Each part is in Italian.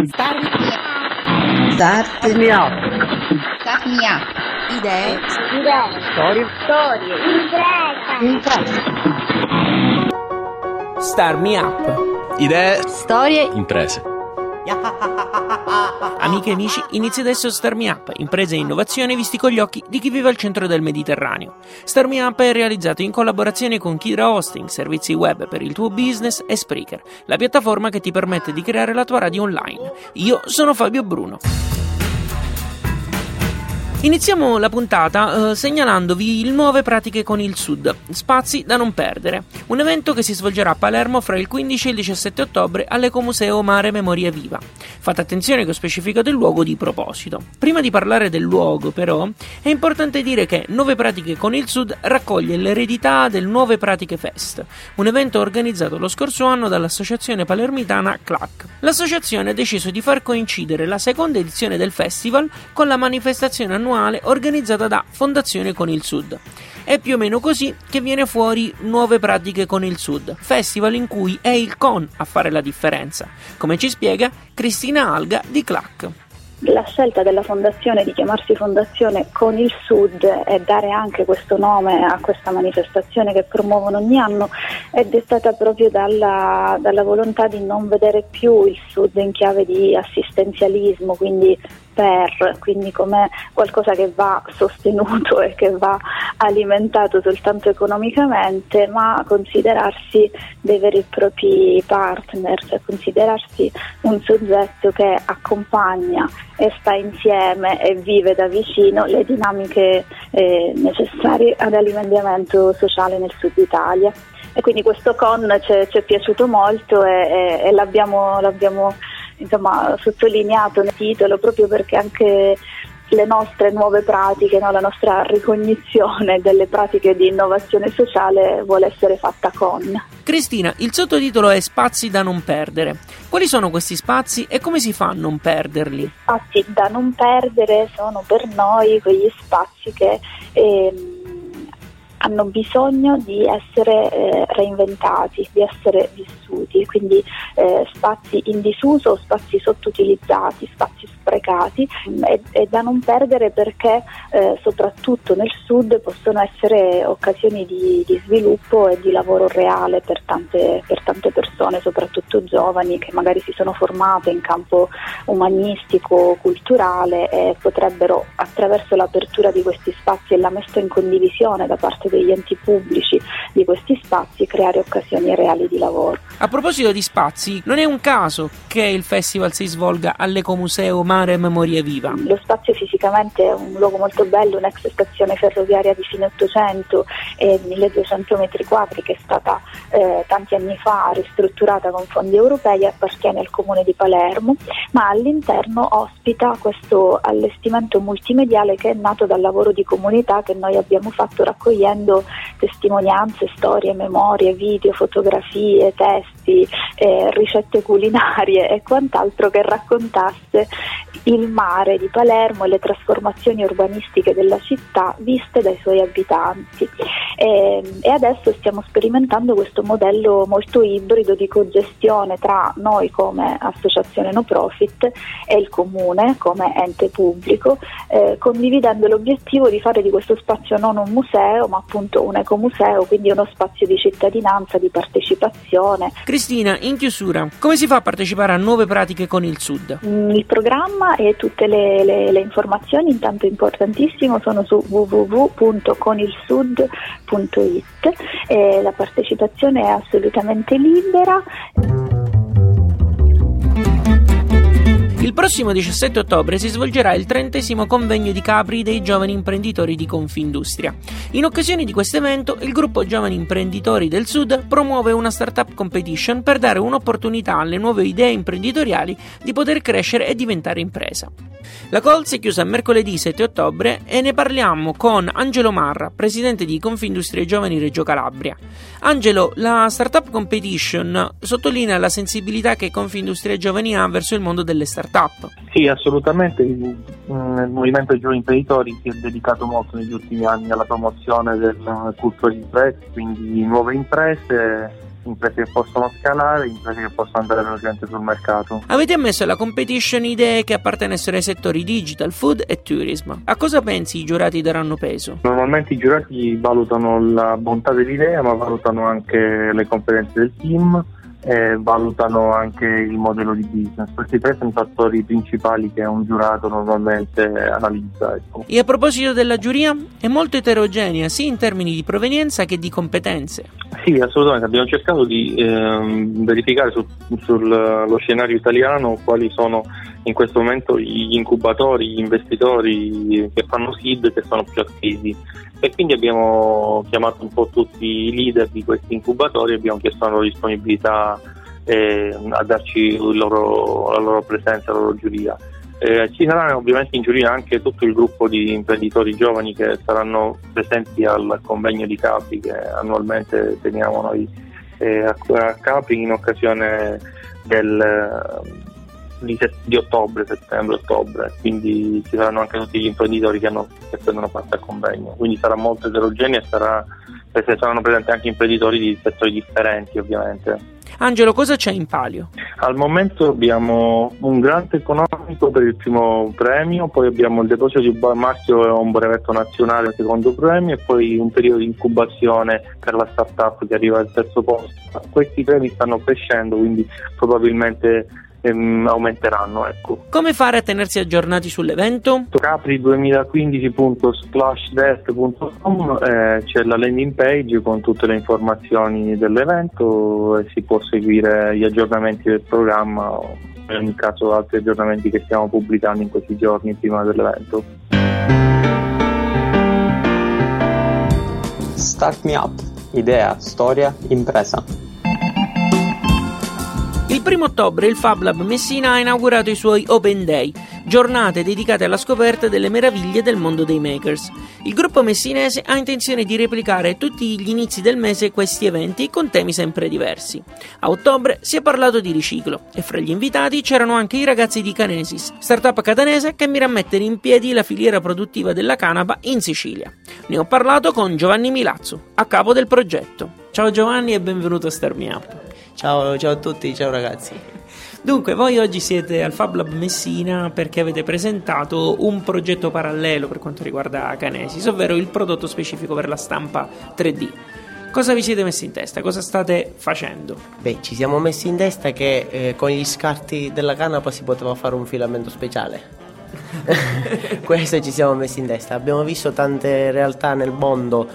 Start me up. Idee. Storie. Imprese. Start me up. Idee. Storie. Imprese. Amiche e amici, inizia adesso Start Me Up, imprese e innovazione visti con gli occhi di chi vive al centro del Mediterraneo. Start Me Up è realizzato in collaborazione con Kidra Hosting, servizi web per il tuo business, e Spreaker, la piattaforma che ti permette di creare la tua radio online. Io sono Fabio Bruno. Iniziamo la puntata segnalandovi il Nuove Pratiche con il Sud, spazi da non perdere, un evento che si svolgerà a Palermo fra il 15 e il 17 ottobre all'Ecomuseo Mare Memoria Viva. Fate attenzione che ho specificato il luogo di proposito. Prima di parlare del luogo, però, è importante dire che Nuove Pratiche con il Sud raccoglie l'eredità del Nuove Pratiche Fest, un evento organizzato lo scorso anno dall'associazione palermitana CLAC. L'associazione ha deciso di far coincidere la seconda edizione del festival con la manifestazione annuale organizzata da Fondazione Con il Sud. È più o meno così che viene fuori Nuove Pratiche con il Sud, festival in cui è il con a fare la differenza, come ci spiega Cristina Alga di CLAC. La scelta della fondazione di chiamarsi Fondazione Con il Sud e dare anche questo nome a questa manifestazione che promuovono ogni anno è dettata proprio dalla volontà di non vedere più il Sud in chiave di assistenzialismo, quindi come qualcosa che va sostenuto e che va alimentato soltanto economicamente, ma considerarsi dei veri e propri partner, cioè considerarsi un soggetto che accompagna e sta insieme e vive da vicino le dinamiche necessarie ad alimentamento sociale nel Sud Italia. E quindi questo con ci è piaciuto molto e l'abbiamo sottolineato nel titolo, proprio perché anche le nostre nuove pratiche, la nostra ricognizione delle pratiche di innovazione sociale vuole essere fatta con. Cristina, il sottotitolo è Spazi da non perdere. Quali sono questi spazi e come si fa a non perderli? Spazi da non perdere sono per noi quegli spazi che hanno bisogno di essere reinventati, di essere vissuti, quindi spazi in disuso, spazi sottoutilizzati, spazi sprecati, e da non perdere perché soprattutto nel Sud possono essere occasioni di sviluppo e di lavoro reale per tante persone, soprattutto giovani che magari si sono formate in campo umanistico, culturale, e potrebbero, attraverso l'apertura di questi spazi e la messa in condivisione da parte degli enti pubblici di questi spazi, creare occasioni reali di lavoro. A proposito di spazi, non è un caso che il festival si svolga all'Ecomuseo Mare Memoria Viva. Lo spazio fisicamente è un luogo molto bello, un'ex stazione ferroviaria di fine 800 e 1200 metri quadri che è stata tanti anni fa ristrutturata con fondi europei, appartiene al comune di Palermo, ma all'interno ospita questo allestimento multimediale che è nato dal lavoro di comunità che noi abbiamo fatto raccogliendo testimonianze, storie, memorie, video, fotografie, testi, ricette culinarie e quant'altro che raccontasse il mare di Palermo e le trasformazioni urbanistiche della città viste dai suoi abitanti. E adesso stiamo sperimentando questo modello molto ibrido di cogestione tra noi come associazione no profit e il comune come ente pubblico, condividendo l'obiettivo di fare di questo spazio non un museo ma appunto un ecomuseo, quindi uno spazio di cittadinanza, di partecipazione. Cristina, in chiusura, come si fa a partecipare a Nuove Pratiche con il Sud? Il programma e tutte le informazioni, intanto importantissimo, sono su www.conilsud.it e la partecipazione è assolutamente libera. Il prossimo 17 ottobre si svolgerà il 30° convegno di Capri dei giovani imprenditori di Confindustria. In occasione di questo evento, il gruppo Giovani Imprenditori del Sud promuove una startup competition per dare un'opportunità alle nuove idee imprenditoriali di poter crescere e diventare impresa. La call si è chiusa mercoledì 7 ottobre e ne parliamo con Angelo Marra, presidente di Confindustria Giovani Reggio Calabria. Angelo, la startup competition sottolinea la sensibilità che Confindustria Giovani ha verso il mondo delle startup. Sì, assolutamente. Il movimento Giovani Imprenditori si è dedicato molto negli ultimi anni alla promozione del culture imprese, quindi nuove imprese, imprese che possono scalare, imprese che possono andare velocemente sul mercato. Avete ammesso alla competition idee che appartenessero ai settori digital, food e tourism. A cosa pensi i giurati daranno peso? Normalmente i giurati valutano la bontà dell'idea, ma valutano anche le competenze del team e valutano anche il modello di business. Questi tre sono i fattori principali che un giurato normalmente analizza. Ecco. E a proposito della giuria, è molto eterogenea sia in termini di provenienza che di competenze. Sì, assolutamente. Abbiamo cercato di verificare sullo scenario italiano quali sono in questo momento gli incubatori, gli investitori che fanno seed, che sono più attivi. E quindi abbiamo chiamato un po' tutti i leader di questi incubatori e abbiamo chiesto la loro disponibilità a darci la loro presenza, la loro giuria. Ci saranno ovviamente in giuria anche tutto il gruppo di imprenditori giovani che saranno presenti al convegno di Capri che annualmente teniamo noi a Capri in occasione di settembre-ottobre, quindi ci saranno anche tutti gli imprenditori che prendono parte al convegno, quindi sarà molto eterogeneo e saranno presenti anche imprenditori di settori differenti ovviamente. Angelo, cosa c'è in palio? Al momento abbiamo un grant economico per il primo premio, poi abbiamo il deposito di un marchio e un brevetto nazionale al secondo premio e poi un periodo di incubazione per la startup che arriva al terzo posto. Questi premi stanno crescendo, quindi probabilmente aumenteranno, ecco. Come fare a tenersi aggiornati sull'evento? Capri2015.splashdest.com c'è la landing page con tutte le informazioni dell'evento e si può seguire gli aggiornamenti del programma o in ogni caso altri aggiornamenti che stiamo pubblicando in questi giorni prima dell'evento. Start Me Up. Idea, storia, impresa. Il 1° ottobre il Fab Lab Messina ha inaugurato i suoi Open Day, giornate dedicate alla scoperta delle meraviglie del mondo dei makers. Il gruppo messinese ha intenzione di replicare tutti gli inizi del mese questi eventi con temi sempre diversi. A ottobre si è parlato di riciclo e fra gli invitati c'erano anche i ragazzi di Canesis, startup catanese che mira a mettere in piedi la filiera produttiva della canapa in Sicilia. Ne ho parlato con Giovanni Milazzo, a capo del progetto. Ciao Giovanni e benvenuto a Start Me Up. Ciao a tutti, ciao ragazzi. Dunque, voi oggi siete al Fab Lab Messina perché avete presentato un progetto parallelo per quanto riguarda Canesis, ovvero il prodotto specifico per la stampa 3D. Cosa vi siete messi in testa? Cosa state facendo? Beh, ci siamo messi in testa che con gli scarti della canapa si poteva fare un filamento speciale. Questo ci siamo messi in testa. Abbiamo visto tante realtà nel mondo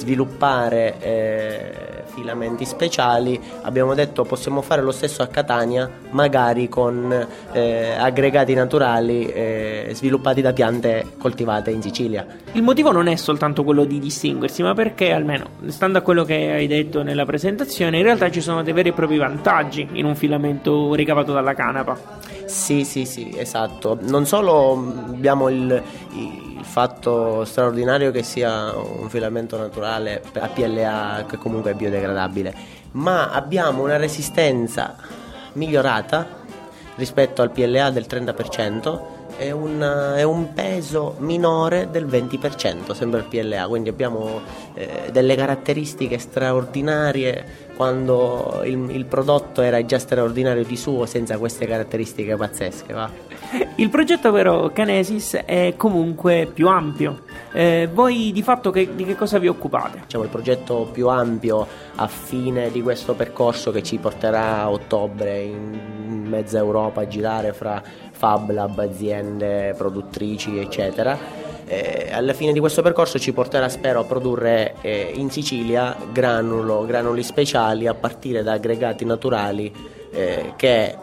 sviluppare filamenti speciali, abbiamo detto possiamo fare lo stesso a Catania, magari con aggregati naturali sviluppati da piante coltivate in Sicilia. Il motivo non è soltanto quello di distinguersi, ma perché, almeno stando a quello che hai detto nella presentazione, in realtà ci sono dei veri e propri vantaggi in un filamento ricavato dalla canapa. Sì, esatto. Non solo abbiamo il fatto straordinario che sia un filamento naturale a PLA che comunque è biodegradabile, ma abbiamo una resistenza migliorata rispetto al PLA del 30% e un peso minore del 20% sempre il PLA, quindi abbiamo delle caratteristiche straordinarie quando il prodotto era già straordinario di suo senza queste caratteristiche pazzesche, va? Il progetto però Canesis è comunque più ampio. Voi di fatto di che cosa vi occupate? Diciamo il progetto più ampio a fine di questo percorso che ci porterà a ottobre in mezza Europa a girare fra Fab Lab, aziende produttrici eccetera. Alla fine di questo percorso ci porterà, spero, a produrre in Sicilia granuli speciali a partire da aggregati naturali che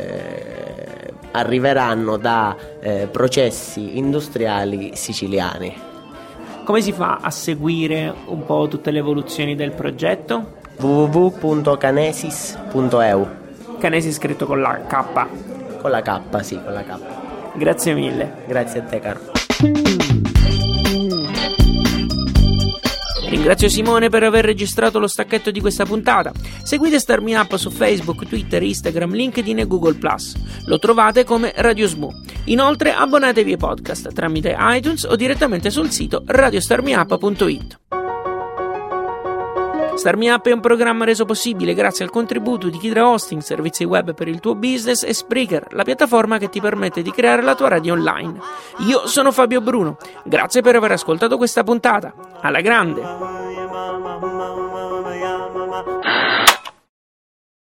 arriveranno da processi industriali siciliani. Come si fa a seguire un po' tutte le evoluzioni del progetto? www.canesis.eu. Canesis scritto con la K. Con la K, sì, con la K. Grazie mille. Grazie a te, caro. Ringrazio Simone per aver registrato lo stacchetto di questa puntata. Seguite Start Me Up su Facebook, Twitter, Instagram, LinkedIn e Google+. Lo trovate come Radio Smoo. Inoltre abbonatevi ai podcast tramite iTunes o direttamente sul sito radiostarmeup.it. Start Me Up è un programma reso possibile grazie al contributo di Kidra Hosting, servizi web per il tuo business, e Spreaker, la piattaforma che ti permette di creare la tua radio online. Io sono Fabio Bruno, grazie per aver ascoltato questa puntata. Alla grande!